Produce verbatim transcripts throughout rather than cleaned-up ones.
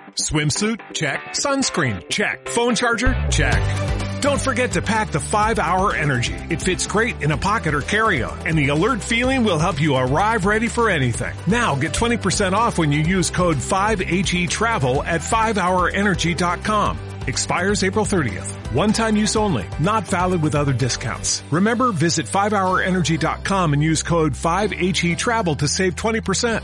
Swimsuit? Check. Sunscreen? Check. Phone charger? Check. Don't forget to pack the five hour Energy. It fits great in a pocket or carry-on, and the alert feeling will help you arrive ready for anything. Now get twenty percent off when you use code five H E travel at five hour energy dot com. Expires April thirtieth. One-time use only. Not valid with other discounts. Remember, visit five hour energy dot com and use code five H E travel to save twenty percent.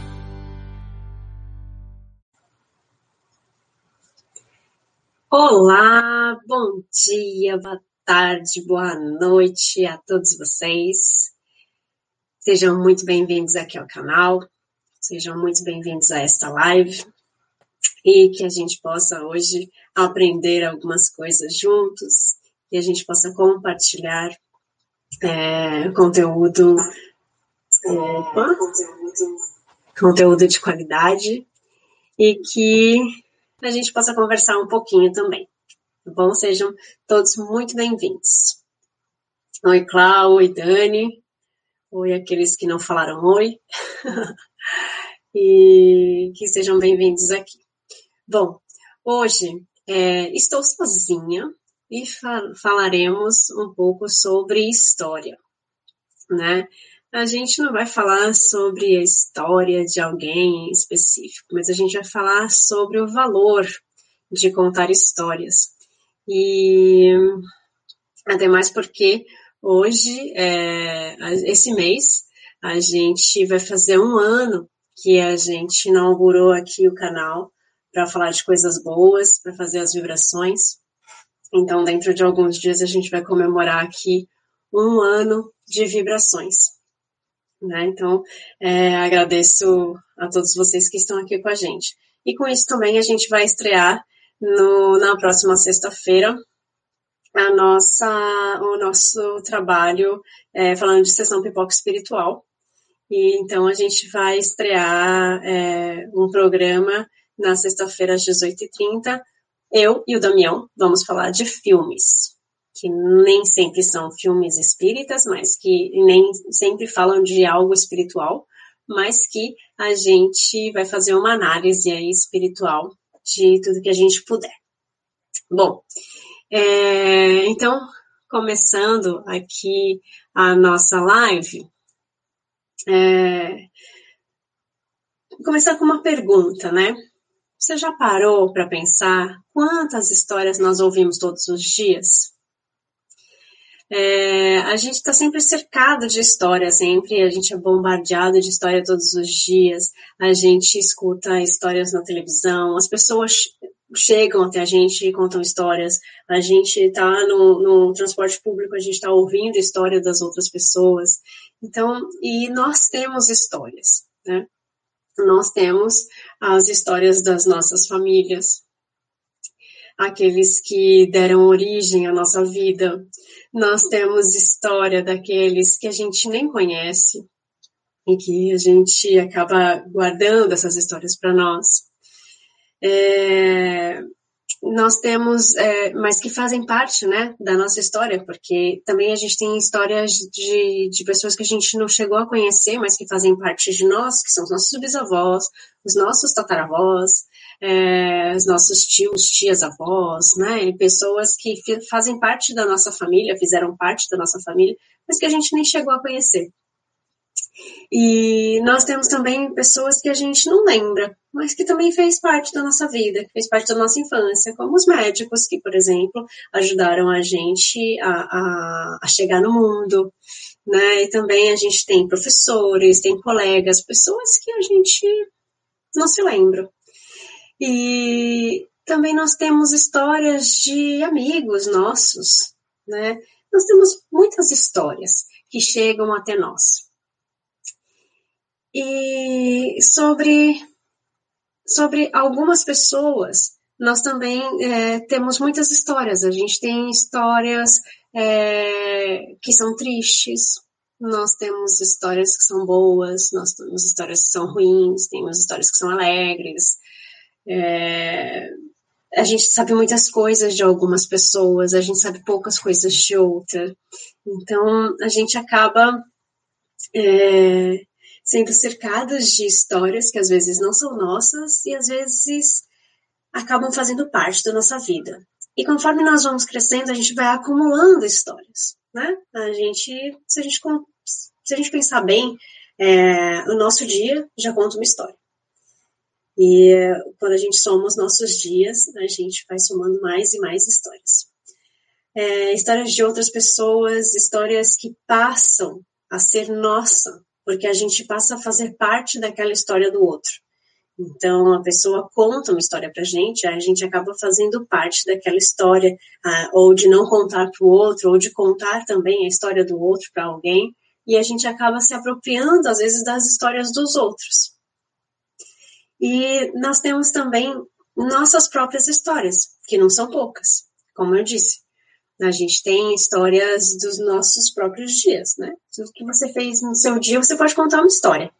Olá, bom dia, boa tarde, boa noite a todos vocês. Sejam muito bem-vindos aqui ao canal, sejam muito bem-vindos a esta live e que a gente possa hoje aprender algumas coisas juntos e a gente possa compartilhar é, conteúdo, opa, conteúdo de qualidade e que a gente possa conversar um pouquinho também, tá bom? Sejam todos muito bem-vindos. Oi, Clau, oi, Dani, oi, aqueles que não falaram oi, e que sejam bem-vindos aqui. Bom, hoje é, estou sozinha e fal- falaremos um pouco sobre história, né? A gente não vai falar sobre a história de alguém em específico, mas a gente vai falar sobre o valor de contar histórias. E até mais porque hoje, é, esse mês, a gente vai fazer um ano que a gente inaugurou aqui o canal para falar de coisas boas, para fazer as vibrações. Então, dentro de alguns dias, a gente vai comemorar aqui um ano de vibrações. Né? Então, é, agradeço a todos vocês que estão aqui com a gente. E com isso também a gente vai estrear no, na próxima sexta-feira a nossa, o nosso trabalho é, falando de sessão pipoca espiritual. E então a gente vai estrear é, um programa na sexta-feira às dezoito e trinta. Eu e o Damião vamos falar de filmes, que nem sempre são filmes espíritas, mas que nem sempre falam de algo espiritual, mas que a gente vai fazer uma análise aí espiritual de tudo que a gente puder. Bom, é, então, começando aqui a nossa live, é, vou começar com uma pergunta, né? Você já parou para pensar quantas histórias nós ouvimos todos os dias? É, a gente está sempre cercado de história, sempre, a gente é bombardeado de história todos os dias, a gente escuta histórias na televisão, as pessoas chegam até a gente e contam histórias, a gente está no, no transporte público, a gente está ouvindo a história das outras pessoas, então, e nós temos histórias, né? Nós temos as histórias das nossas famílias, aqueles que deram origem à nossa vida. Nós temos história daqueles que a gente nem conhece e que a gente acaba guardando essas histórias para nós. É, nós temos, é, mas que fazem parte, né, da nossa história, porque também a gente tem histórias de, de pessoas que a gente não chegou a conhecer, mas que fazem parte de nós, que são os nossos bisavós, os nossos tataravós, É, os nossos tios, tias, avós, né, e pessoas que f- fazem parte da nossa família, fizeram parte da nossa família, mas que a gente nem chegou a conhecer. E nós temos também pessoas que a gente não lembra, mas que também fez parte da nossa vida, que fez parte da nossa infância, como os médicos que, por exemplo, ajudaram a gente a, a, a chegar no mundo, né, e também a gente tem professores, tem colegas, pessoas que a gente não se lembra. E também nós temos histórias de amigos nossos, né? Nós temos muitas histórias que chegam até nós. E sobre, sobre algumas pessoas, nós também é, temos muitas histórias. A gente tem histórias é, que são tristes, nós temos histórias que são boas, nós temos histórias que são ruins, temos histórias que são alegres. É, a gente sabe muitas coisas de algumas pessoas, a gente sabe poucas coisas de outra. Então, a gente acaba é, sendo cercados de histórias que às vezes não são nossas e às vezes acabam fazendo parte da nossa vida. E conforme nós vamos crescendo, a gente vai acumulando histórias, né? A gente, se a gente, se a gente pensar bem, é, o nosso dia já conta uma história. E quando a gente soma os nossos dias, a gente vai somando mais e mais histórias. É, histórias de outras pessoas, histórias que passam a ser nossa, porque a gente passa a fazer parte daquela história do outro. Então, a pessoa conta uma história pra gente, a gente acaba fazendo parte daquela história, ah, ou de não contar pro outro, ou de contar também a história do outro para alguém, e a gente acaba se apropriando, às vezes, das histórias dos outros. E nós temos também nossas próprias histórias, que não são poucas, como eu disse. A gente tem histórias dos nossos próprios dias, né? Tudo que você fez no seu dia, você pode contar uma história.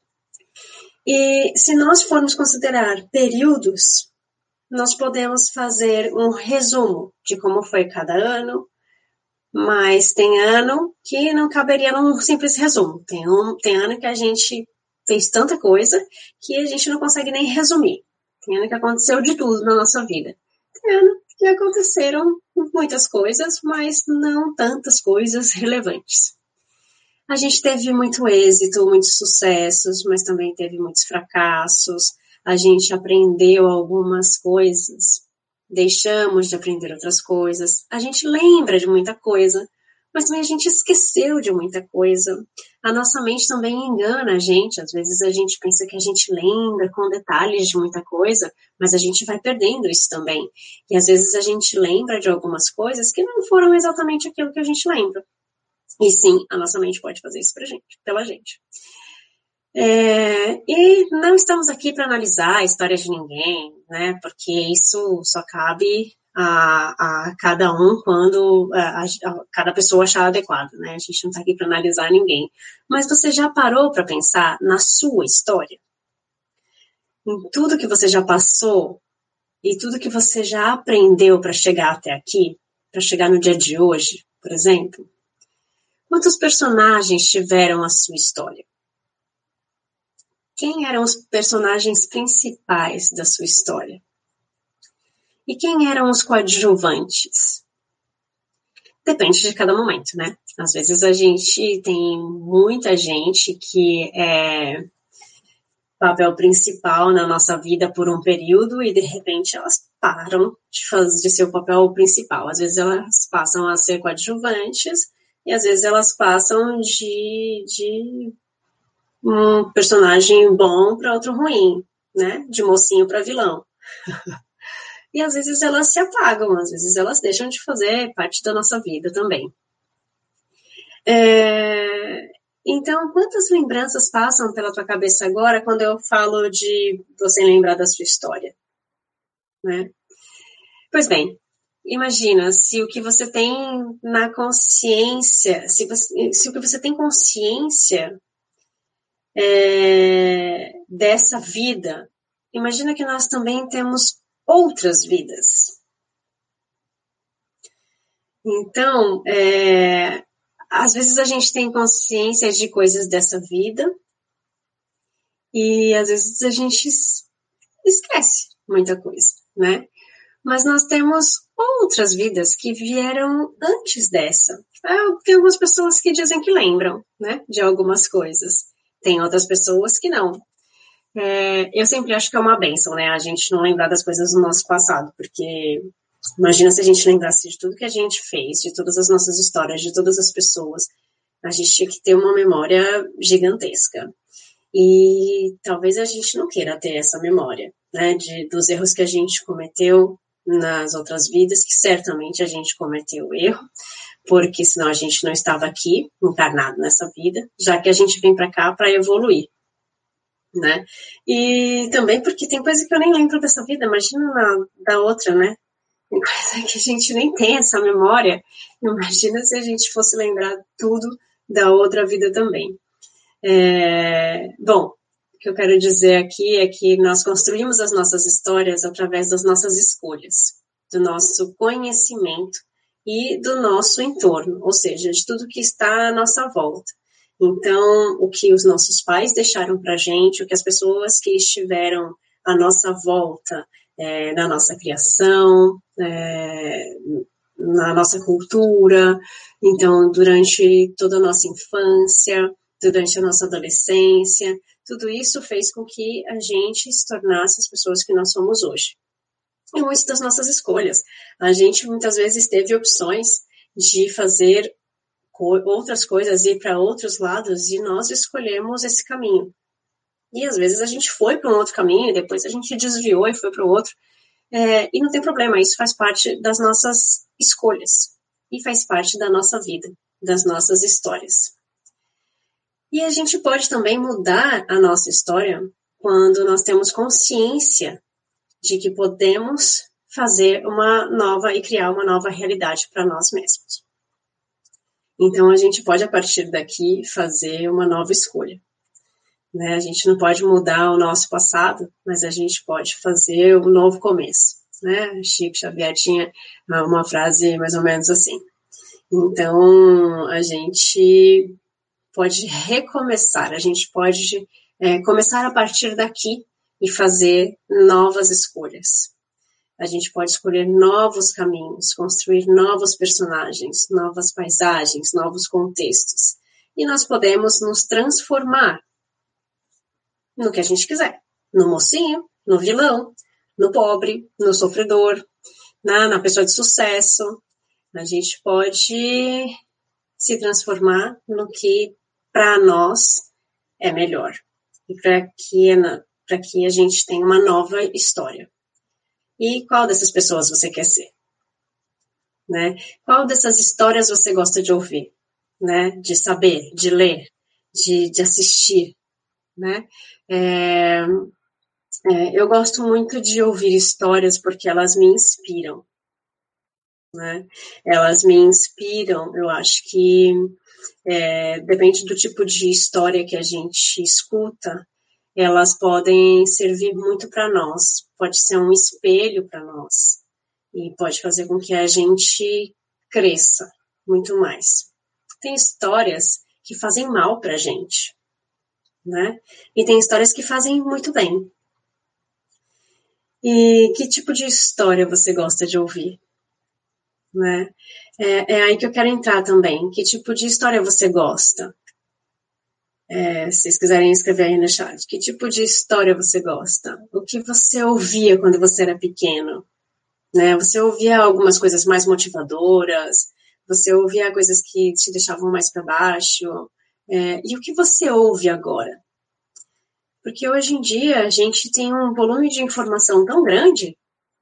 E se nós formos considerar períodos, nós podemos fazer um resumo de como foi cada ano, mas tem ano que não caberia num simples resumo. Tem, um, tem ano que a gente fez tanta coisa que a gente não consegue nem resumir. Tem ano que aconteceu de tudo na nossa vida. Tem ano que aconteceram muitas coisas, mas não tantas coisas relevantes. A gente teve muito êxito, muitos sucessos, mas também teve muitos fracassos. A gente aprendeu algumas coisas, deixamos de aprender outras coisas. A gente lembra de muita coisa, mas também a gente esqueceu de muita coisa. A nossa mente também engana a gente. Às vezes a gente pensa que a gente lembra com detalhes de muita coisa, mas a gente vai perdendo isso também. E às vezes a gente lembra de algumas coisas que não foram exatamente aquilo que a gente lembra. E sim, a nossa mente pode fazer isso pra gente, pela gente. É, e não estamos aqui para analisar a história de ninguém, né? Porque isso só cabe a, a cada um quando a, a, a cada pessoa achar adequado, né? A gente não está aqui para analisar ninguém. Mas você já parou para pensar na sua história? Em tudo que você já passou e tudo que você já aprendeu para chegar até aqui, para chegar no dia de hoje, por exemplo? Quantos personagens tiveram a sua história? Quem eram os personagens principais da sua história? E quem eram os coadjuvantes? Depende de cada momento, né? Às vezes a gente tem muita gente que é papel principal na nossa vida por um período e de repente elas param de fazer de ser o papel principal. Às vezes elas passam a ser coadjuvantes e às vezes elas passam de, de um personagem bom para outro ruim, né? De mocinho para vilão. E às vezes elas se apagam, às vezes elas deixam de fazer parte da nossa vida também. É... Então, quantas lembranças passam pela tua cabeça agora quando eu falo de você lembrar da sua história? Né? Pois bem, imagina se o que você tem na consciência, se, você, se o que você tem consciência é, dessa vida, imagina que nós também temos outras vidas. Então, é, às vezes a gente tem consciência de coisas dessa vida e às vezes a gente esquece muita coisa, né? Mas nós temos outras vidas que vieram antes dessa. Tem algumas pessoas que dizem que lembram, né, de algumas coisas. Tem outras pessoas que não. É, eu sempre acho que é uma bênção, né, a gente não lembrar das coisas do nosso passado, porque imagina se a gente lembrasse de tudo que a gente fez, de todas as nossas histórias, de todas as pessoas. A gente tinha que ter uma memória gigantesca. E talvez a gente não queira ter essa memória, né, de, dos erros que a gente cometeu nas outras vidas, que certamente a gente cometeu erro, porque senão a gente não estava aqui, encarnado nessa vida, já que a gente vem para cá para evoluir, né? E também porque tem coisa que eu nem lembro dessa vida, imagina na, da outra, né? Tem coisa que a gente nem tem essa memória, imagina se a gente fosse lembrar tudo da outra vida também. É, bom, o que eu quero dizer aqui é que nós construímos as nossas histórias através das nossas escolhas, do nosso conhecimento e do nosso entorno, ou seja, de tudo que está à nossa volta. Então, o que os nossos pais deixaram para a gente, o que as pessoas que estiveram à nossa volta é, na nossa criação, é, na nossa cultura. Então, durante toda a nossa infância, durante a nossa adolescência, tudo isso fez com que a gente se tornasse as pessoas que nós somos hoje. E muitas das nossas escolhas. A gente muitas vezes teve opções de fazer co- outras coisas, ir para outros lados, e nós escolhemos esse caminho. E às vezes a gente foi para um outro caminho, e depois a gente desviou e foi para o outro. É, e não tem problema, isso faz parte das nossas escolhas. E faz parte da nossa vida, das nossas histórias. E a gente pode também mudar a nossa história quando nós temos consciência de que podemos fazer uma nova e criar uma nova realidade para nós mesmos. Então, a gente pode, a partir daqui, fazer uma nova escolha. Né? A gente não pode mudar o nosso passado, mas a gente pode fazer um novo começo. Né? Chico Xavier tinha uma frase mais ou menos assim. Então, a gente pode recomeçar, a gente pode é, começar a partir daqui e fazer novas escolhas. A gente pode escolher novos caminhos, construir novos personagens, novas paisagens, novos contextos. E nós podemos nos transformar no que a gente quiser. No mocinho, no vilão, no pobre, no sofredor, na, na pessoa de sucesso. A gente pode se transformar no que para nós é melhor. E para que, para que a gente tenha uma nova história. E qual dessas pessoas você quer ser? Né? Qual dessas histórias você gosta de ouvir? Né? De saber, de ler, de, de assistir? Né? É, é, eu gosto muito de ouvir histórias porque elas me inspiram. Né? Elas me inspiram, eu acho que é, depende do tipo de história que a gente escuta, elas podem servir muito para nós, pode ser um espelho para nós e pode fazer com que a gente cresça muito mais. Tem histórias que fazem mal para a gente, né? E tem histórias que fazem muito bem. E que tipo de história você gosta de ouvir? Né? É, é aí que eu quero entrar também. Que tipo de história você gosta? É, se vocês quiserem escrever aí no chat. Que tipo de história você gosta? O que você ouvia quando você era pequeno? Né? Você ouvia algumas coisas mais motivadoras? Você ouvia coisas que te deixavam mais para baixo? É, e o que você ouve agora? Porque hoje em dia a gente tem um volume de informação tão grande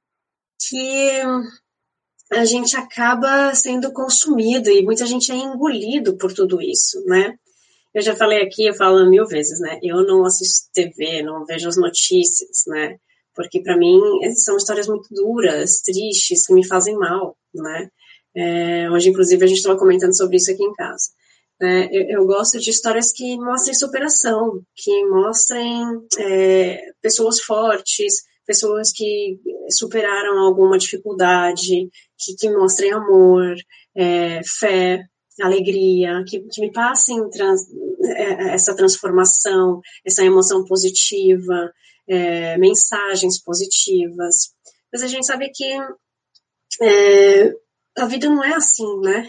que a gente acaba sendo consumido e muita gente é engolido por tudo isso, né? Eu já falei aqui, eu falo mil vezes, né? Eu não assisto T V, não vejo as notícias, né? Porque para mim são histórias muito duras, tristes, que me fazem mal, né? É, hoje, inclusive, a gente estava comentando sobre isso aqui em casa. É, eu, eu gosto de histórias que mostrem superação, que mostrem é, pessoas fortes, pessoas que superaram alguma dificuldade, que, que mostrem amor, é, fé, alegria, que, que me passem trans, essa transformação, essa emoção positiva, é, mensagens positivas. Mas a gente sabe que é, a vida não é assim, né?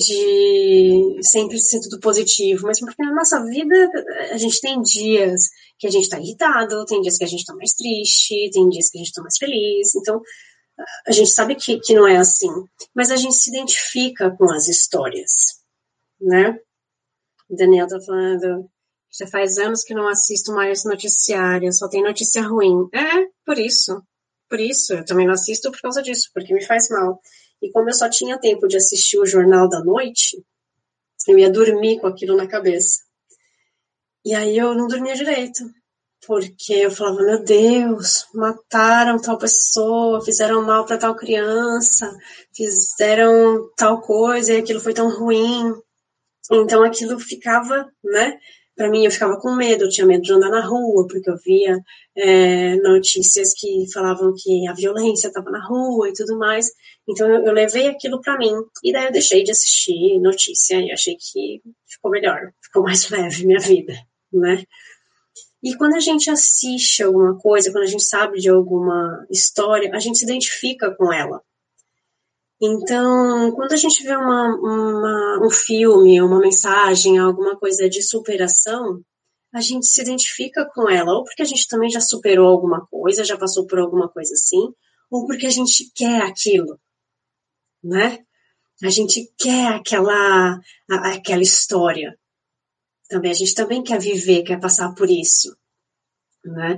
De sempre ser tudo positivo, mas porque na nossa vida a gente tem dias que a gente está irritado, tem dias que a gente está mais triste, tem dias que a gente está mais feliz, então a gente sabe que, que não é assim, mas a gente se identifica com as histórias, né? O Daniel tá falando, já faz anos que não assisto mais noticiário, só tem notícia ruim. É, por isso, por isso, eu também não assisto por causa disso, porque me faz mal. E como eu só tinha tempo de assistir o Jornal da Noite, eu ia dormir com aquilo na cabeça. E aí eu não dormia direito, porque eu falava, meu Deus, mataram tal pessoa, fizeram mal para tal criança, fizeram tal coisa e aquilo foi tão ruim. Então aquilo ficava, né? Para mim eu ficava com medo, eu tinha medo de andar na rua, porque eu via é, notícias que falavam que a violência estava na rua e tudo mais. Então eu, eu levei aquilo para mim e daí eu deixei de assistir notícia e achei que ficou melhor, ficou mais leve minha vida, né? E quando a gente assiste alguma coisa, quando a gente sabe de alguma história, a gente se identifica com ela. Então, quando a gente vê uma, uma, um filme, uma mensagem, alguma coisa de superação, a gente se identifica com ela, ou porque a gente também já superou alguma coisa, já passou por alguma coisa assim, ou porque a gente quer aquilo, né? A gente quer aquela, a, aquela história. Também, a gente também quer viver, quer passar por isso, né?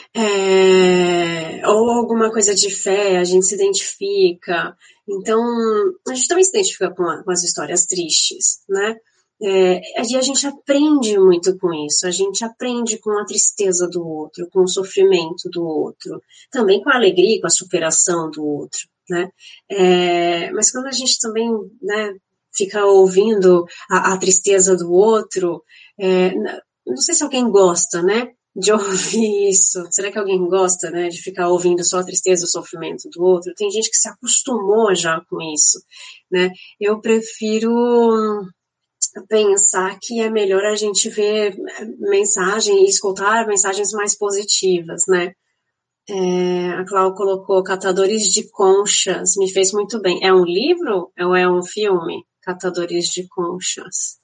É, ou alguma coisa de fé, a gente se identifica. Então, a gente também se identifica com, a, com as histórias tristes, né? É, e a gente aprende muito com isso, a gente aprende com a tristeza do outro, com o sofrimento do outro, também com a alegria, com a superação do outro, né? É, mas quando a gente também, né, fica ouvindo a, a tristeza do outro, é, não sei se alguém gosta, né, de ouvir isso. Será que alguém gosta, né, de ficar ouvindo só a tristeza e o sofrimento do outro? Tem gente que se acostumou já com isso, né? Eu prefiro pensar que é melhor a gente ver mensagem e escutar mensagens mais positivas, né? É, a Clau colocou Catadores de Conchas, me fez muito bem. É um livro ou é um filme? Catadores de Conchas.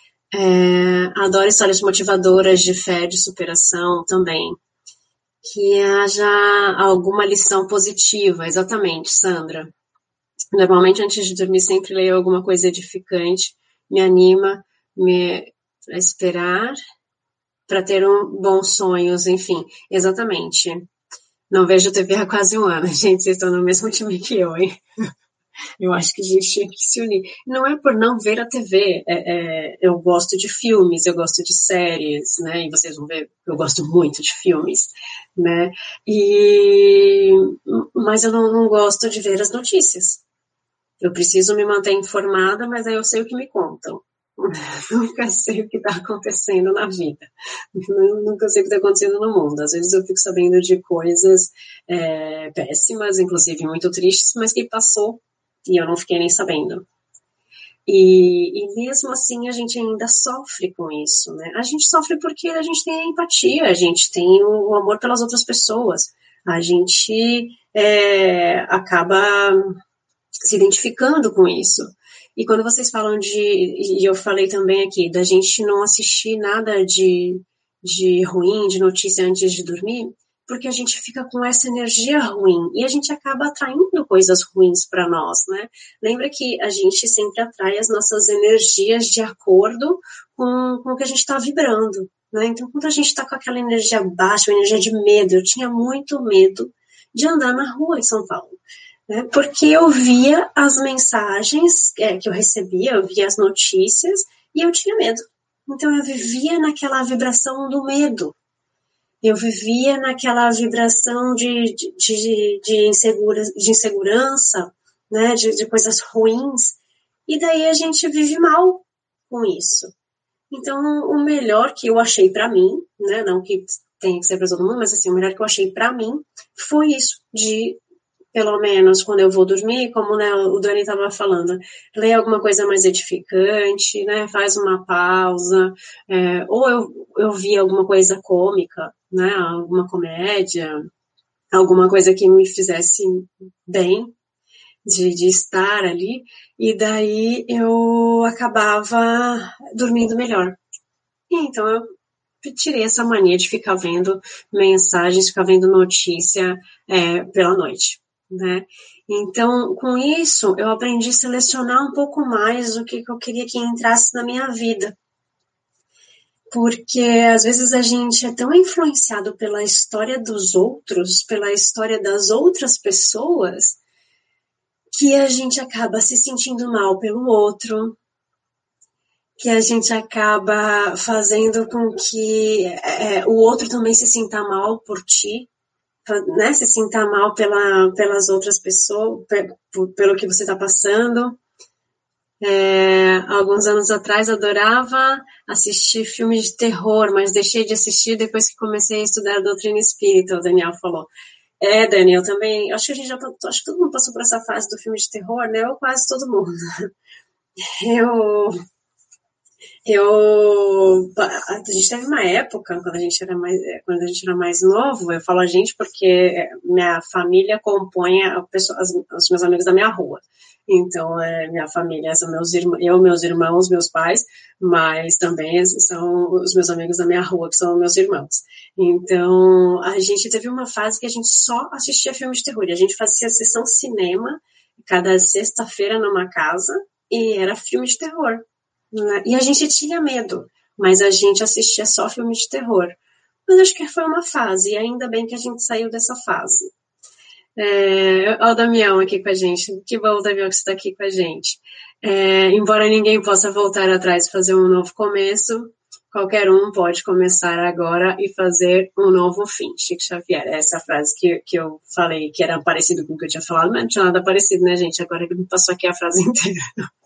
É, adoro histórias motivadoras de fé, de superação também. Que haja alguma lição positiva, exatamente, Sandra. Normalmente, antes de dormir, sempre leio alguma coisa edificante, me anima, me a esperar para ter um, bons sonhos, enfim, exatamente. Não vejo T V há quase um ano, gente, vocês estão no mesmo time que eu, hein? Eu acho que a gente tinha que se unir. Não é por não ver a T V, é, é, eu gosto de filmes, eu gosto de séries, né? E vocês vão ver, eu gosto muito de filmes, né? E, mas eu não, não gosto de ver as notícias. Eu preciso me manter informada, mas aí eu sei o que me contam. Nunca sei o que está acontecendo na vida. Nunca sei o que está acontecendo no mundo. Às vezes eu fico sabendo de coisas é, péssimas, inclusive muito tristes, mas que passou e eu não fiquei nem sabendo. E, e mesmo assim a gente ainda sofre com isso, né? A gente sofre porque a gente tem a empatia, a gente tem o amor pelas outras pessoas, a gente é, acaba se identificando com isso. E quando vocês falam de, e eu falei também aqui, da gente não assistir nada de, de ruim, de notícia antes de dormir, porque a gente fica com essa energia ruim e a gente acaba atraindo coisas ruins para nós, né? Lembra que a gente sempre atrai as nossas energias de acordo com, com o que a gente está vibrando, né? Então, quando a gente está com aquela energia baixa, uma energia de medo, eu tinha muito medo de andar na rua em São Paulo. Né, porque eu via as mensagens é, que eu recebia, eu via as notícias e eu tinha medo. Então eu vivia naquela vibração do medo. Eu vivia naquela vibração de, de, de, de, insegura, de insegurança, né, de, de coisas ruins. E daí a gente vive mal com isso. Então o melhor que eu achei para mim, né, não que tenha que ser para todo mundo, mas assim, o melhor que eu achei para mim foi isso, de pelo menos quando eu vou dormir, como né, o Dani estava falando, lê alguma coisa mais edificante, né, faz uma pausa, é, ou eu, eu vi alguma coisa cômica, né, alguma comédia, alguma coisa que me fizesse bem de, de estar ali, e daí eu acabava dormindo melhor. E então eu tirei essa mania de ficar vendo mensagens, ficar vendo notícia é, pela noite. Né? Então, com isso, eu aprendi a selecionar um pouco mais o que eu queria que entrasse na minha vida. Porque, às vezes, a gente é tão influenciado pela história dos outros, pela história das outras pessoas, que a gente acaba se sentindo mal pelo outro, que a gente acaba fazendo com que é, o outro também se sinta mal por ti, né, se sinta mal pela, pelas outras pessoas, pelo que você está passando. É, alguns anos atrás adorava assistir filmes de terror, mas deixei de assistir depois que comecei a estudar a doutrina espírita, o Daniel falou. É, Daniel, também, acho que a gente já, acho que todo mundo passou por essa fase do filme de terror, né, ou quase todo mundo. Eu, Eu, a gente teve uma época, quando a gente era mais, quando a gente era mais novo, eu falo a gente porque minha família compõe a pessoa, as, os meus amigos da minha rua. Então, é, minha família são meus irmãos, eu, meus irmãos, meus pais, mas também são os meus amigos da minha rua, que são meus irmãos. Então, a gente teve uma fase que a gente só assistia filmes de terror. E a gente fazia sessão cinema cada sexta-feira numa casa e era filme de terror. E a gente tinha medo, mas a gente assistia só filme de terror. Mas acho que foi uma fase, e ainda bem que a gente saiu dessa fase. É, olha o Damião aqui com a gente. Que bom, Damião, que você está aqui com a gente. É, embora ninguém possa voltar atrás e fazer um novo começo, qualquer um pode começar agora e fazer um novo fim. Chico Xavier, essa é a frase que, que eu falei, que era parecido com o que eu tinha falado, mas não tinha nada parecido, né, gente? Agora que me passou aqui a frase inteira.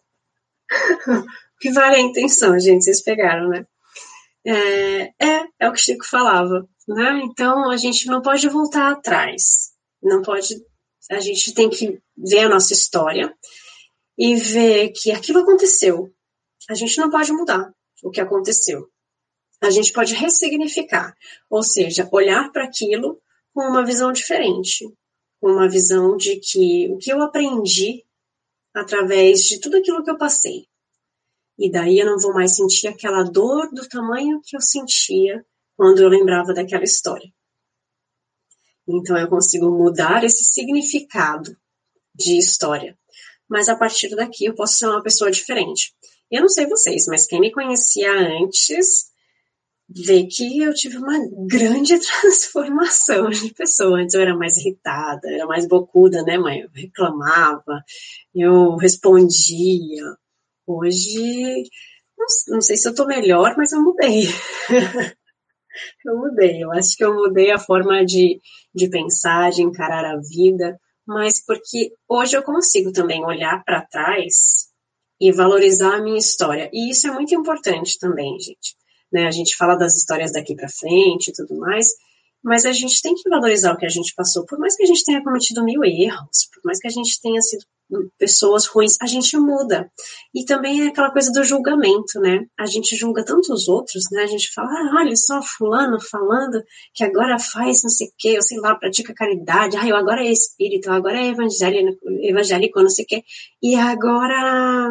Que vale a intenção, gente, vocês pegaram, né? É, é, é o que o Chico falava, né? Então, a gente não pode voltar atrás, não pode, a gente tem que ver a nossa história e ver que aquilo aconteceu. A gente não pode mudar o que aconteceu. A gente pode ressignificar, ou seja, olhar para aquilo com uma visão diferente, com uma visão de que o que eu aprendi através de tudo aquilo que eu passei, e daí eu não vou mais sentir aquela dor do tamanho que eu sentia quando eu lembrava daquela história. Então eu consigo mudar esse significado de história. Mas a partir daqui eu posso ser uma pessoa diferente. Eu não sei vocês, mas quem me conhecia antes vê que eu tive uma grande transformação de pessoa. Antes eu era mais irritada, era mais bocuda, né, mãe? Eu reclamava, eu respondia. Hoje, não, não sei se eu tô melhor, mas eu mudei. eu mudei. Eu acho que eu mudei a forma de, de pensar, de encarar a vida, mas porque hoje eu consigo também olhar para trás e valorizar a minha história. E isso é muito importante também, gente. Né? A gente fala das histórias daqui para frente e tudo mais, mas a gente tem que valorizar o que a gente passou. Por mais que a gente tenha cometido mil erros, por mais que a gente tenha sido pessoas ruins, a gente muda. E também é aquela coisa do julgamento, né? A gente julga tantos outros, né? A gente fala, ah, olha só fulano falando que agora faz não sei o quê, eu sei lá, pratica caridade, ah, eu agora é espírita, eu agora é evangélico, evangélico, não sei o quê. E agora...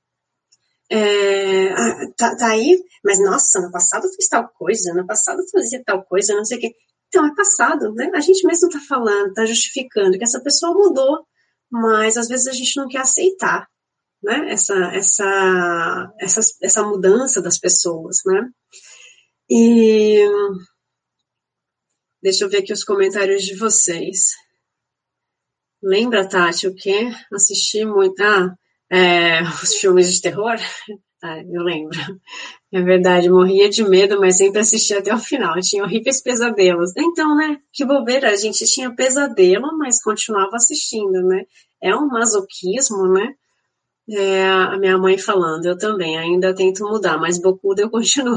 É, tá, tá aí, mas nossa, no passado fiz tal coisa, no passado fazia tal coisa, não sei o quê. Então, é passado, né? A gente mesmo tá falando, tá justificando que essa pessoa mudou, mas às vezes a gente não quer aceitar, né? Essa, essa, essa, essa mudança das pessoas, né? E deixa eu ver aqui os comentários de vocês. Lembra, Tati, o quê? Assisti muito... Ah, é, os filmes de terror? Ah, eu lembro. É verdade, morria de medo, mas sempre assistia até o final. Tinha horríveis pesadelos. Então, né, que bobeira, a gente tinha pesadelo, mas continuava assistindo, né? É um masoquismo, né? É, a minha mãe falando, eu também, ainda tento mudar, mas bocuda eu continuo.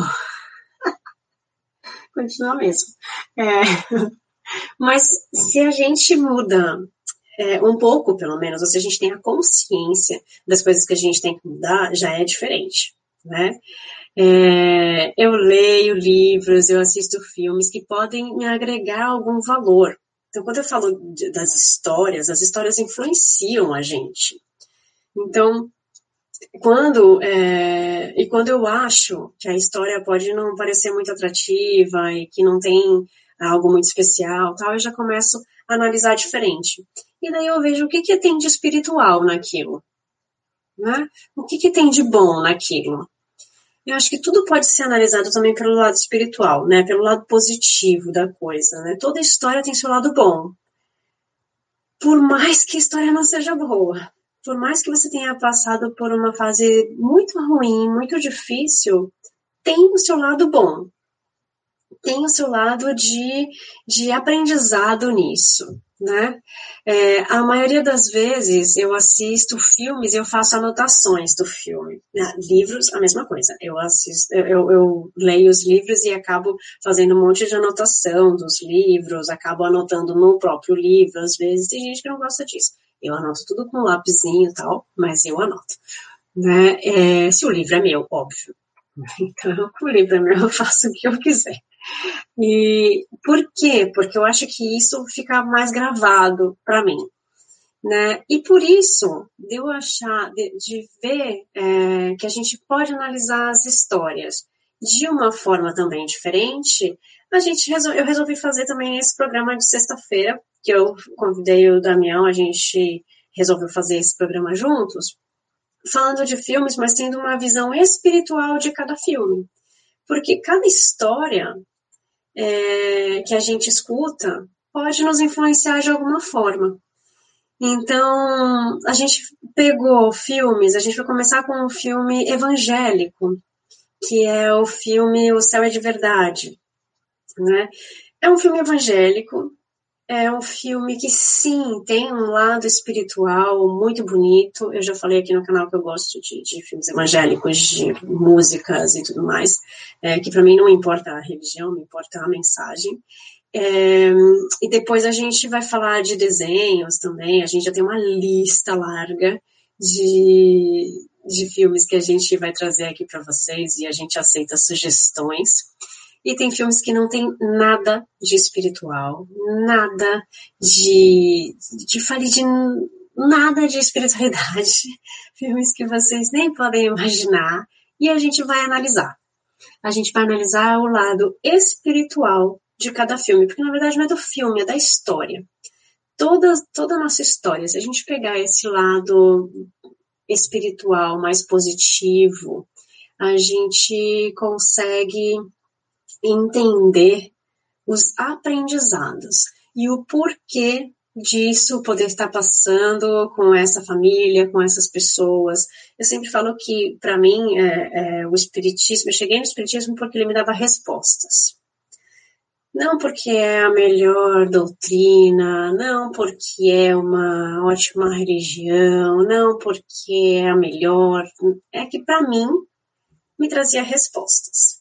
Continua mesmo. É, mas se a gente muda é, um pouco, pelo menos, ou se a gente tem a consciência das coisas que a gente tem que mudar, já é diferente, né? É, eu leio livros, eu assisto filmes que podem me agregar algum valor. Então, quando eu falo de, das histórias, as histórias influenciam a gente. Então, quando, é, e quando eu acho que a história pode não parecer muito atrativa e que não tem algo muito especial, tal, eu já começo a analisar diferente. E daí eu vejo o que, que tem de espiritual naquilo, né? O que, que tem de bom naquilo. Eu acho que tudo pode ser analisado também pelo lado espiritual, né? Pelo lado positivo da coisa, né? Toda história tem seu lado bom. Por mais que a história não seja boa, por mais que você tenha passado por uma fase muito ruim, muito difícil, tem o seu lado bom. Tem o seu lado de, de aprendizado nisso, né? É, a maioria das vezes eu assisto filmes e eu faço anotações do filme. Livros, a mesma coisa. Eu, assisto, eu, eu leio os livros e acabo fazendo um monte de anotação dos livros, acabo anotando no próprio livro, às vezes. Tem gente que não gosta disso. Eu anoto tudo com um lapisinho e tal, mas eu anoto. Né? É, se o livro é meu, óbvio. Então, eu com o livro meu, eu faço o que eu quiser. E por quê? Porque eu acho que isso fica mais gravado para mim, né? E por isso, de eu achar, de, de ver é, que a gente pode analisar as histórias de uma forma também diferente, a gente resol, eu resolvi fazer também esse programa de sexta-feira, que eu convidei o Damião, a gente resolveu fazer esse programa juntos, falando de filmes, mas tendo uma visão espiritual de cada filme. Porque cada história é, que a gente escuta pode nos influenciar de alguma forma. Então, a gente pegou filmes, a gente vai começar com um filme evangélico, que é o filme O Céu é de Verdade, né? É um filme evangélico, é um filme que, sim, tem um lado espiritual muito bonito. Eu já falei aqui no canal que eu gosto de, de filmes evangélicos, de músicas e tudo mais, é, que para mim não importa a religião, me importa a mensagem. É, e depois a gente vai falar de desenhos também, a gente já tem uma lista larga de, de filmes que a gente vai trazer aqui para vocês e a gente aceita sugestões. E tem filmes que não tem nada de espiritual, nada de, de fale de nada de espiritualidade, filmes que vocês nem podem imaginar, e a gente vai analisar. A gente vai analisar o lado espiritual de cada filme, porque na verdade não é do filme, é da história. Toda, toda a nossa história, se a gente pegar esse lado espiritual mais positivo, a gente consegue entender os aprendizados e o porquê disso poder estar passando com essa família, com essas pessoas. Eu sempre falo que, para mim, é, é, o espiritismo, eu cheguei no espiritismo porque ele me dava respostas. Não porque é a melhor doutrina, não porque é uma ótima religião, não porque é a melhor, é que, para mim, me trazia respostas.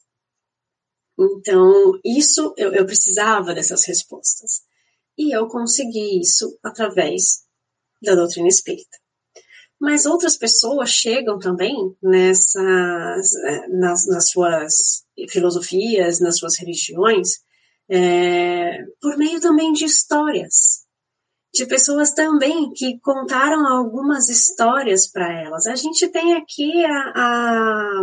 Então, isso, eu, eu precisava dessas respostas. E eu consegui isso através da doutrina espírita. Mas outras pessoas chegam também nessas, nas, nas suas filosofias, nas suas religiões, é, por meio também de histórias. De pessoas também que contaram algumas histórias para elas. A gente tem aqui a... a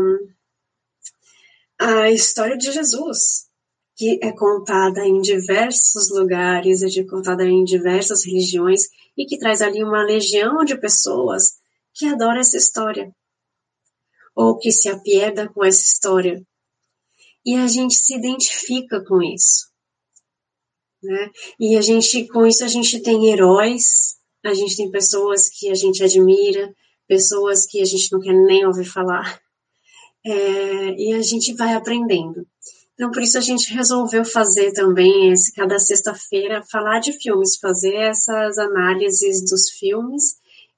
A história de Jesus, que é contada em diversos lugares, é contada em diversas religiões e que traz ali uma legião de pessoas que adoram essa história ou que se apieda com essa história. E a gente se identifica com isso, né? E a gente, com isso a gente tem heróis, a gente tem pessoas que a gente admira, pessoas que a gente não quer nem ouvir falar. É, e a gente vai aprendendo. Então, por isso a gente resolveu fazer também, esse, cada sexta-feira, falar de filmes, fazer essas análises dos filmes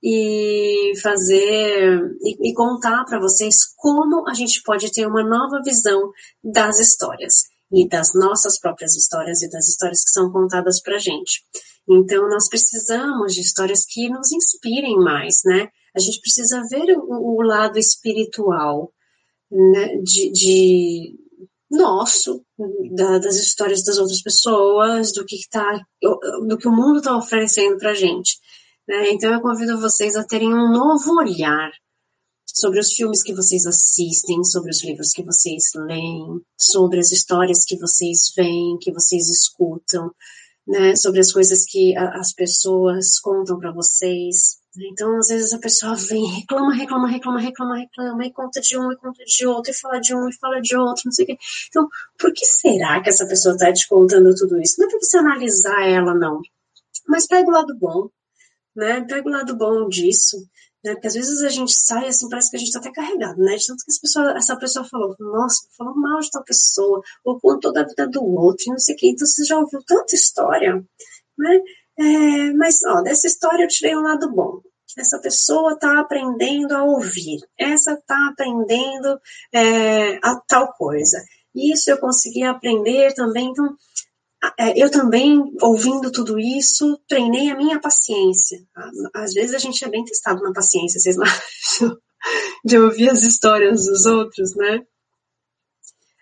e fazer e, e contar para vocês como a gente pode ter uma nova visão das histórias e das nossas próprias histórias e das histórias que são contadas para a gente. Então, nós precisamos de histórias que nos inspirem mais, né? A gente precisa ver o, o lado espiritual, né, de, de nosso, da, das histórias das outras pessoas, do que, tá, do que o mundo está oferecendo para a gente. Né? Então eu convido vocês a terem um novo olhar sobre os filmes que vocês assistem, sobre os livros que vocês leem, sobre as histórias que vocês veem, que vocês escutam, né? Sobre as coisas que a, as pessoas contam para vocês. Então, às vezes a pessoa vem, reclama, reclama, reclama, reclama, reclama, e conta de um, e conta de outro, e fala de um, e fala de outro, não sei o quê. Então, por que será que essa pessoa está te contando tudo isso? Não é para você analisar ela, não. Mas pega o lado bom, né? Pega o lado bom disso, né? Porque às vezes a gente sai assim, parece que a gente está até carregado, né? De tanto que as pessoas, essa pessoa falou, nossa, falou mal de tal pessoa, ou contou da vida do outro, não sei o quê. Então, você já ouviu tanta história, né? É, mas, ó, dessa história eu tirei um lado bom. Essa pessoa está aprendendo a ouvir. Essa está aprendendo é, a tal coisa. Isso eu consegui aprender também. Então, eu também, ouvindo tudo isso, treinei a minha paciência. Às vezes a gente é bem testado na paciência, vocês não acham? De ouvir as histórias dos outros, né?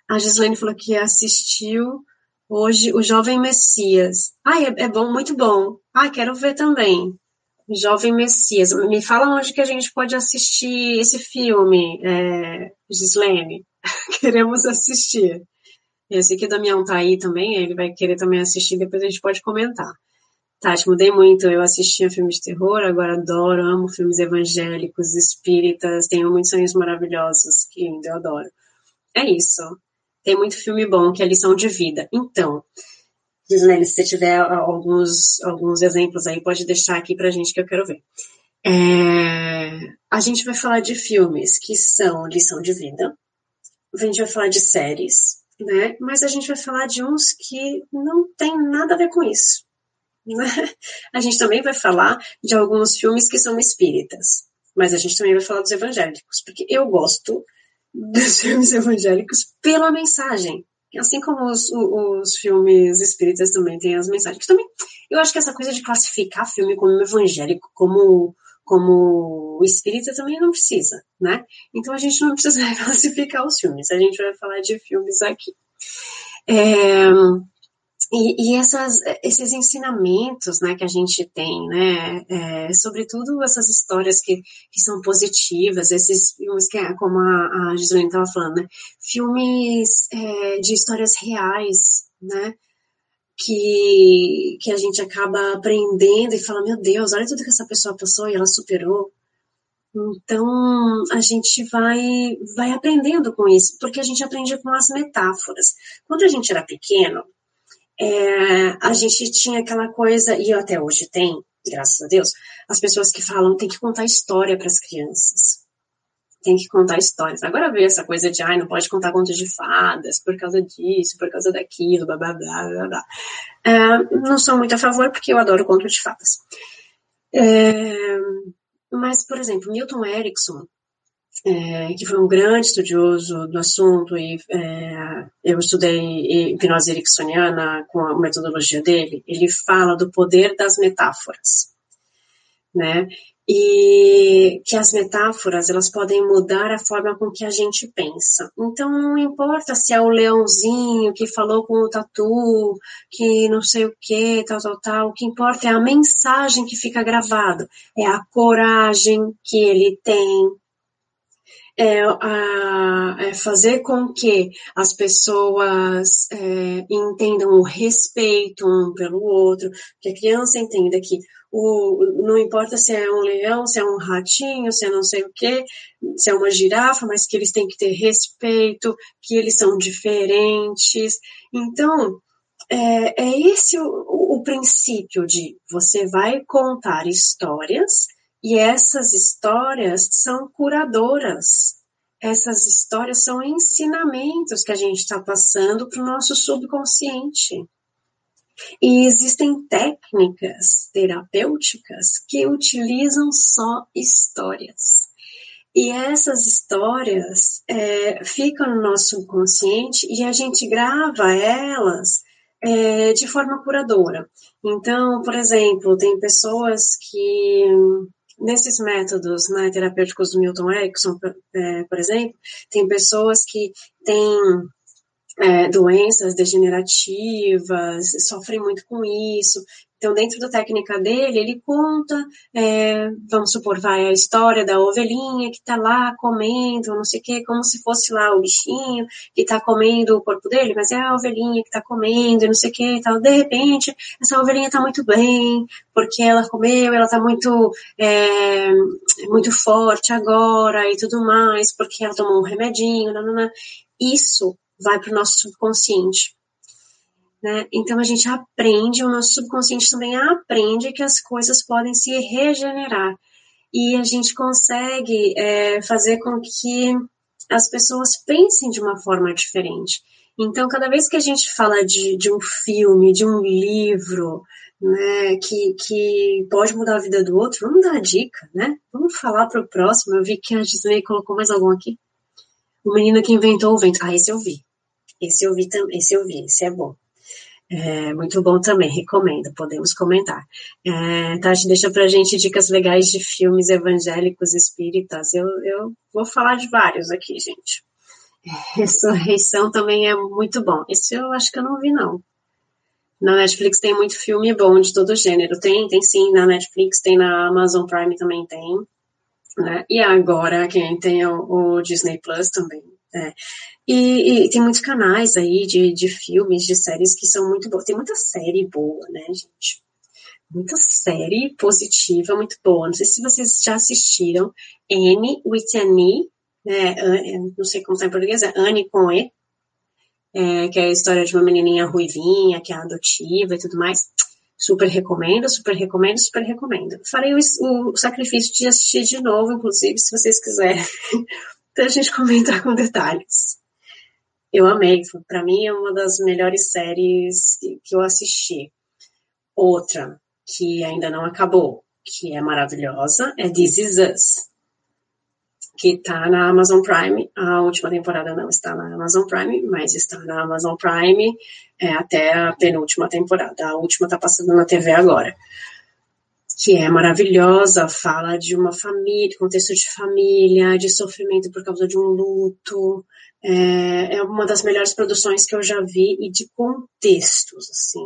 A Gislaine falou que assistiu hoje o Jovem Messias. Ah, é, é bom, muito bom. Ah, quero ver também. Jovem Messias. Me fala onde que a gente pode assistir esse filme, é, Gislaine. Queremos assistir. Eu sei que o Damião tá aí também, ele vai querer também assistir, depois a gente pode comentar. Tati, mudei muito, eu assistia filmes de terror, agora adoro, amo filmes evangélicos, espíritas, tenho muitos sonhos maravilhosos, que lindo, eu adoro. É isso. Tem muito filme bom, que é lição de vida. Então, Gislaine, se você tiver alguns, alguns exemplos aí, pode deixar aqui pra gente que eu quero ver. É, a gente vai falar de filmes que são lição de vida, a gente vai falar de séries, né? Mas a gente vai falar de uns que não tem nada a ver com isso, né? A gente também vai falar de alguns filmes que são espíritas, mas a gente também vai falar dos evangélicos, porque eu gosto dos filmes evangélicos pela mensagem. Assim como os, os filmes espíritas também têm as mensagens. Também, eu acho que essa coisa de classificar filme como evangélico, como, como espírita, também não precisa, né? Então a gente não precisa classificar os filmes. A gente vai falar de filmes aqui. É... E, e essas, esses ensinamentos, né, que a gente tem, né, é, sobretudo essas histórias que, que são positivas, esses filmes que, como a, a Gislaine estava falando, né, filmes é, de histórias reais, né, que, que a gente acaba aprendendo e fala, meu Deus, olha tudo que essa pessoa passou e ela superou. Então, a gente vai, vai aprendendo com isso, porque a gente aprende com as metáforas. Quando a gente era pequeno, É, a gente tinha aquela coisa, e até hoje tem, graças a Deus, as pessoas que falam tem que contar história para as crianças. Tem que contar histórias. Agora veio essa coisa de, ai, não pode contar contos de fadas por causa disso, por causa daquilo, blá, blá, blá, blá, blá. É, não sou muito a favor, porque eu adoro conto de fadas. É, mas, por exemplo, Milton Erickson, É, que foi um grande estudioso do assunto, e é, eu estudei hipnose ericksoniana com a metodologia dele, ele fala do poder das metáforas, né? E que as metáforas, elas podem mudar a forma com que a gente pensa. Então, não importa se é o leãozinho que falou com o tatu, que não sei o que, tal, tal, tal, o que importa é a mensagem que fica gravada, é a coragem que ele tem, É, a, é fazer com que as pessoas é, entendam o respeito um pelo outro, que a criança entenda que o, não importa se é um leão, se é um ratinho, se é não sei o quê, se é uma girafa, mas que eles têm que ter respeito, que eles são diferentes. Então, é, é esse o, o, o princípio de você vai contar histórias, e essas histórias são curadoras. Essas histórias são ensinamentos que a gente está passando para o nosso subconsciente. E existem técnicas terapêuticas que utilizam só histórias. E essas histórias é, ficam no nosso subconsciente e a gente grava elas é, de forma curadora. Então, por exemplo, tem pessoas que... Nesses métodos, né, terapêuticos do Milton Erickson, é, por exemplo, tem pessoas que têm é, doenças degenerativas, sofrem muito com isso. Então, dentro da técnica dele, ele conta, é, vamos supor, vai a história da ovelhinha que está lá comendo, não sei o quê, como se fosse lá o bichinho que está comendo o corpo dele, mas é a ovelhinha que está comendo, não sei o quê e tal. De repente, essa ovelhinha está muito bem, porque ela comeu, ela está muito, é, muito forte agora e tudo mais, porque ela tomou um remedinho, não, não, não. Isso vai para o nosso subconsciente. Né? Então a gente aprende, o nosso subconsciente também aprende que as coisas podem se regenerar e a gente consegue é, fazer com que as pessoas pensem de uma forma diferente. Então cada vez que a gente fala de, de um filme, de um livro, né, que, que pode mudar a vida do outro, vamos dar a dica, né? Vamos falar para o próximo. Eu vi que a Gislaine colocou mais algum aqui. O Menino que Inventou o Vento. Ah, esse eu vi. Esse eu vi também. Esse eu vi. Esse é bom. É muito bom também, recomendo, podemos comentar. É, Tati, deixa pra gente dicas legais de filmes evangélicos espíritas. Eu, eu vou falar de vários aqui, gente. Ressurreição também é muito bom. Esse eu acho que eu não vi, não. Na Netflix tem muito filme bom de todo gênero. Tem, tem sim, na Netflix, tem na Amazon Prime também tem. Né? E agora quem tem o, o Disney Plus também. É. E, e tem muitos canais aí de, de filmes, de séries que são muito boas. Tem muita série boa, né, gente? Muita série positiva, muito boa. Não sei se vocês já assistiram Anne with an E, né? Não sei como está em português, é Anne com E, é, que é a história de uma menininha ruivinha, que é adotiva e tudo mais. Super recomendo, super recomendo, super recomendo. Farei o, o sacrifício de assistir de novo, inclusive, se vocês quiserem, para a gente comentar com detalhes. Eu amei, para mim é uma das melhores séries que eu assisti. Outra, que ainda não acabou, que é maravilhosa, é This Is Us, que está na Amazon Prime. A última temporada não está na Amazon Prime, mas está na Amazon Prime é, até a penúltima temporada. A última está passando na T V agora. Que é maravilhosa, fala de uma família, contexto de família, de sofrimento por causa de um luto. É, é uma das melhores produções que eu já vi e de contextos, assim.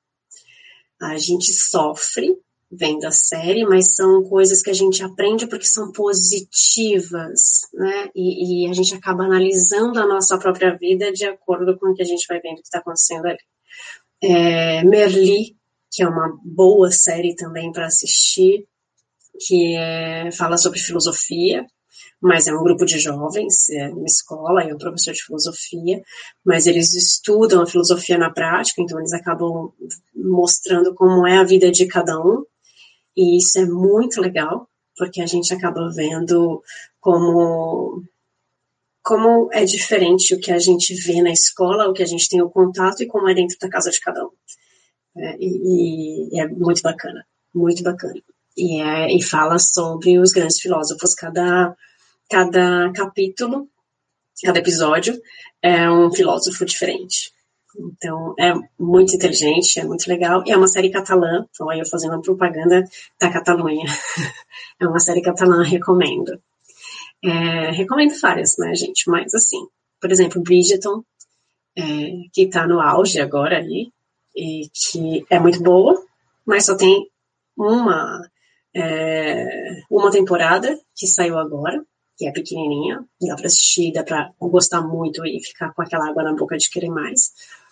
A gente sofre vendo a série, mas são coisas que a gente aprende porque são positivas, né? E, e a gente acaba analisando a nossa própria vida de acordo com o que a gente vai vendo que está acontecendo ali. É, Merli, que é uma boa série também para assistir, que é, fala sobre filosofia, mas é um grupo de jovens, é uma escola, é um professor de filosofia, mas eles estudam a filosofia na prática, então eles acabam mostrando como é a vida de cada um, e isso é muito legal, porque a gente acaba vendo como, como é diferente o que a gente vê na escola, o que a gente tem o contato e como é dentro da casa de cada um. É, e, e é muito bacana, muito bacana. E, é, e fala sobre os grandes filósofos, cada... Cada capítulo, cada episódio é um filósofo diferente. Então, é muito inteligente, é muito legal. E é uma série catalã, então aí eu fazendo uma propaganda da Catalunha. É uma série catalã, recomendo. É, recomendo várias, né, gente? Mas, assim, por exemplo, Bridgerton, é, que está no auge agora ali, e que é muito boa, mas só tem uma, é, uma temporada que saiu agora, que é pequenininha, dá para assistir, dá para gostar muito e ficar com aquela água na boca de querer mais.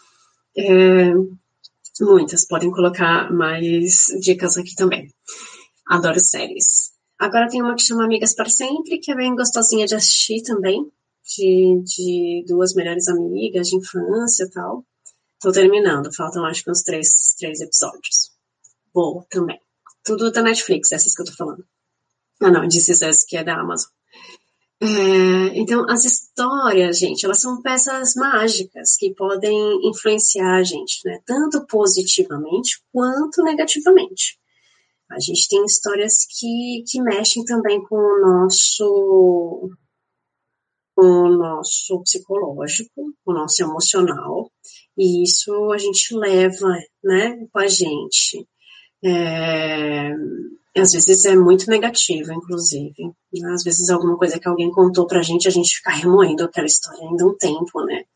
É, muitas, podem colocar mais dicas aqui também. Adoro séries. Agora tem uma que chama Amigas para Sempre, que é bem gostosinha de assistir também, de, de duas melhores amigas de infância e tal. Tô terminando, faltam acho que uns três, três episódios. Boa também. Tudo da Netflix, essas que eu tô falando. Ah não, This Is Us, que é da Amazon. É, então, as histórias, gente, elas são peças mágicas que podem influenciar a gente, né? Tanto positivamente quanto negativamente. A gente tem histórias que, que mexem também com o nosso, com o nosso psicológico, com o nosso emocional, e isso a gente leva, né, com a gente. É, às vezes é muito negativo, inclusive. Né? Às vezes alguma coisa que alguém contou pra gente, a gente fica remoendo aquela história ainda um tempo, né?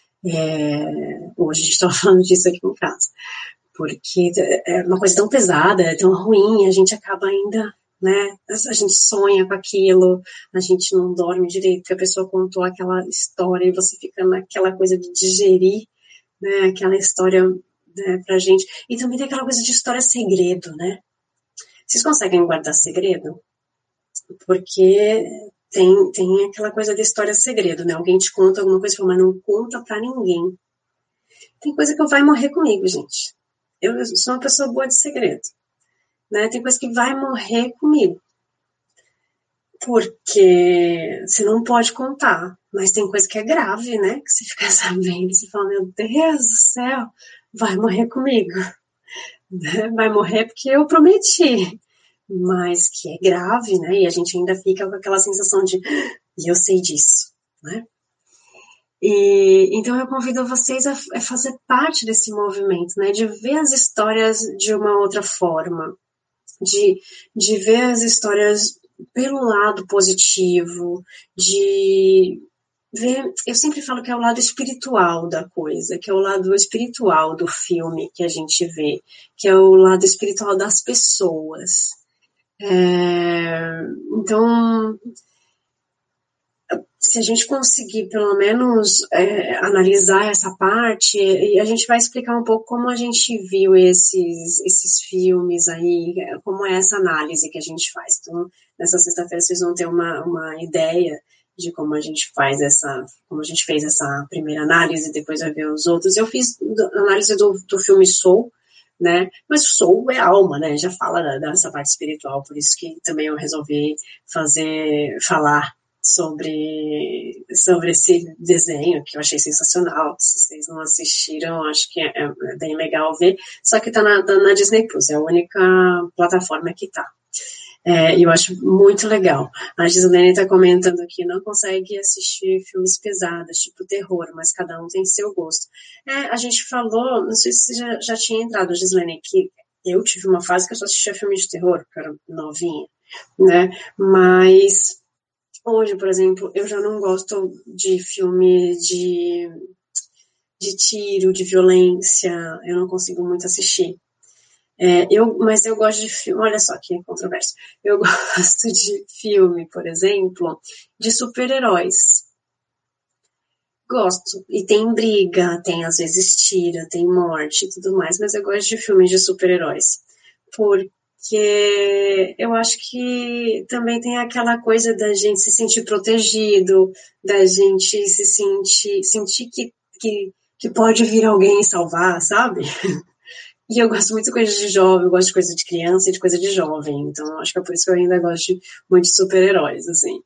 É, hoje a gente tá falando disso aqui em casa. Porque é uma coisa tão pesada, é tão ruim, a gente acaba ainda, né? A gente sonha com aquilo, a gente não dorme direito, porque a pessoa contou aquela história e você fica naquela coisa de digerir, né? Aquela história, né, pra gente. E também tem aquela coisa de história segredo, né? Vocês conseguem guardar segredo? Porque tem, tem aquela coisa de história segredo, né? Alguém te conta alguma coisa e fala, mas não conta pra ninguém. Tem coisa que vai morrer comigo, gente. Eu sou uma pessoa boa de segredo. Né? Tem coisa que vai morrer comigo. Porque você não pode contar. Mas tem coisa que é grave, né? Que você fica sabendo. Você fala, meu Deus do céu, vai morrer comigo. Vai morrer porque eu prometi. Mas que é grave, né? E a gente ainda fica com aquela sensação de, e eu sei disso, né? E, então eu convido vocês a, a fazer parte desse movimento, né? De ver as histórias de uma outra forma, de, de ver as histórias pelo lado positivo, de, ver, eu sempre falo que é o lado espiritual da coisa, que é o lado espiritual do filme que a gente vê, que é o lado espiritual das pessoas. É, então, se a gente conseguir, pelo menos, é, analisar essa parte, e a gente vai explicar um pouco como a gente viu esses, esses filmes aí, como é essa análise que a gente faz. Então, nessa sexta-feira vocês vão ter uma, uma ideia de como a gente faz essa, como a gente fez essa primeira análise, depois vai ver os outros. Eu fiz análise do, do filme Soul, né? Mas Soul é alma, né? Já fala dessa parte espiritual, por isso que também eu resolvi fazer, falar sobre, sobre esse desenho, que eu achei sensacional. Se vocês não assistiram, acho que é, é bem legal ver. Só que tá na, tá na Disney Plus, é a única plataforma que tá. É, eu acho muito legal. A Gislene está comentando aqui, não consegue assistir filmes pesados, tipo terror, mas cada um tem seu gosto. É, a gente falou, não sei se você já, já tinha entrado, Gislene, que eu tive uma fase que eu só assistia filme de terror, porque eu era novinha, né? Mas hoje, por exemplo, eu já não gosto de filme de, de tiro, de violência, eu não consigo muito assistir. É, eu, mas eu gosto de filme, olha só que controverso, eu gosto de filme, por exemplo, de super-heróis. Gosto, e tem briga, tem às vezes tira, tem morte e tudo mais, mas eu gosto de filmes de super-heróis, porque eu acho que também tem aquela coisa da gente se sentir protegido, da gente se sentir, sentir que, que, que pode vir alguém salvar, sabe? E eu gosto muito de coisa de jovem, eu gosto de coisa de criança e de coisa de jovem, então acho que é por isso que eu ainda gosto de, muito de super-heróis, assim.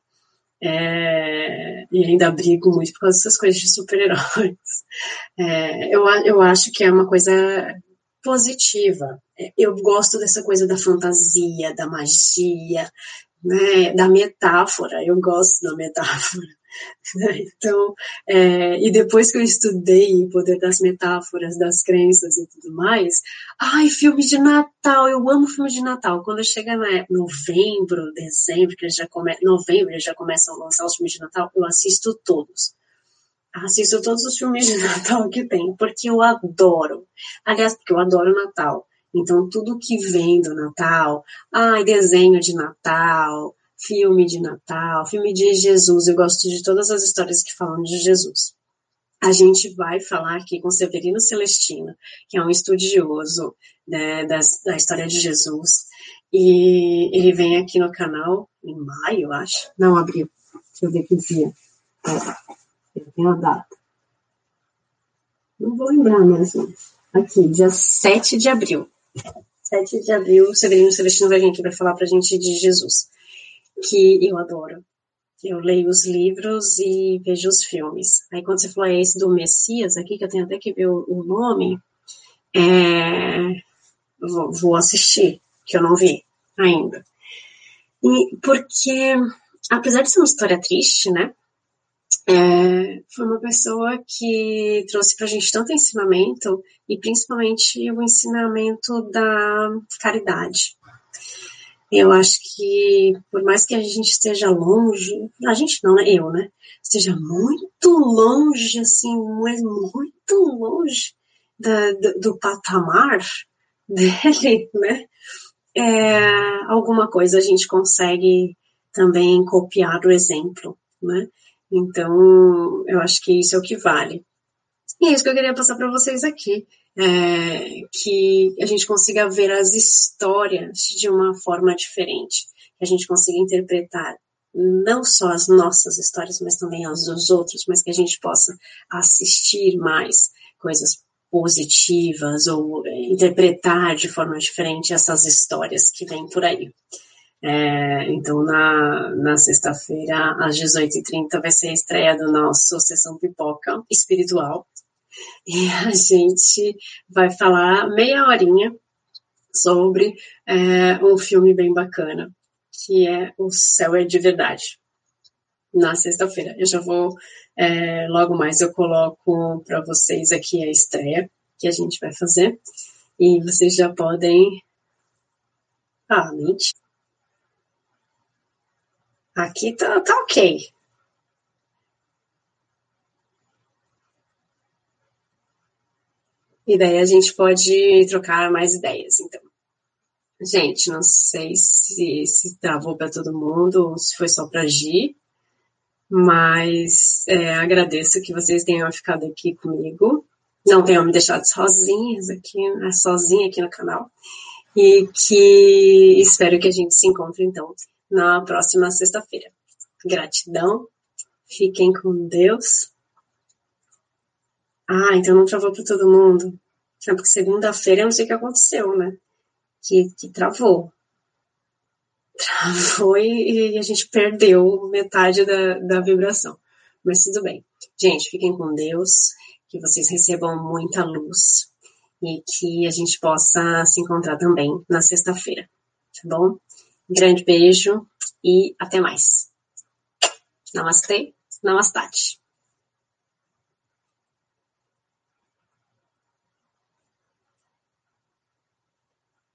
É, e ainda brigo muito por causa dessas coisas de super-heróis. É, eu, eu acho que é uma coisa positiva. Eu gosto dessa coisa da fantasia, da magia, né, da metáfora, eu gosto da metáfora. Então, é, e depois que eu estudei o poder das metáforas, das crenças e tudo mais, ai, filme de Natal, eu amo filme de Natal. Quando chega na novembro, dezembro, que eles já come, novembro eles já começam a lançar os filmes de Natal, eu assisto todos. Assisto todos os filmes de Natal que tem, porque eu adoro. Aliás, porque eu adoro Natal. Então, tudo que vem do Natal, ai, desenho de Natal, filme de Natal, filme de Jesus, eu gosto de todas as histórias que falam de Jesus. A gente vai falar aqui com Severino Celestino, que é um estudioso, né, das, da história de Jesus, e ele vem aqui no canal em maio, eu acho. Não, abril. Deixa eu ver que dia. Eu tenho a data. Não vou lembrar mesmo. Aqui, dia sete de abril. sete de abril, o Severino Celestino vai vir aqui para falar pra gente de Jesus, que eu adoro. Eu leio os livros e vejo os filmes. Aí quando você falou, é esse do Messias aqui, que eu tenho até que ver o, o nome, é, vou, vou assistir, que eu não vi ainda. E porque, apesar de ser uma história triste, né, é, foi uma pessoa que trouxe pra gente tanto ensinamento, e principalmente o ensinamento da caridade. Eu acho que, por mais que a gente esteja longe, a gente não, né? Eu, né? Esteja muito longe, assim, mas muito longe da, do, do patamar dele, né? É, alguma coisa a gente consegue também copiar o exemplo, né? Então, eu acho que isso é o que vale. E é isso que eu queria passar para vocês aqui. É, que a gente consiga ver as histórias de uma forma diferente, que a gente consiga interpretar não só as nossas histórias, mas também as dos outros, mas que a gente possa assistir mais coisas positivas ou interpretar de forma diferente essas histórias que vêm por aí. É, então, na, na sexta-feira, às dezoito e trinta, vai ser a estreia do nosso Sessão Pipoca Espiritual. E a gente vai falar meia horinha sobre é, um filme bem bacana, que é O Céu é de Verdade, na sexta-feira. Eu já vou, é, logo mais eu coloco para vocês aqui a estreia que a gente vai fazer, e vocês já podem... Ah, mentira. Aqui tá, tá ok. E daí a gente pode trocar mais ideias, então. Gente, não sei se, se travou para todo mundo ou se foi só para Gi, mas é, agradeço que vocês tenham ficado aqui comigo. Não tenham me deixado sozinhas aqui, né, sozinha aqui no canal. E que espero que a gente se encontre, então, na próxima sexta-feira. Gratidão. Fiquem com Deus. Ah, então não travou para todo mundo. É porque segunda-feira eu não sei o que aconteceu, né? Que, que travou. Travou e, e a gente perdeu metade da, da vibração. Mas tudo bem. Gente, fiquem com Deus. Que vocês recebam muita luz. E que a gente possa se encontrar também na sexta-feira. Tá bom? Um grande beijo e até mais. Namastê, Namastate.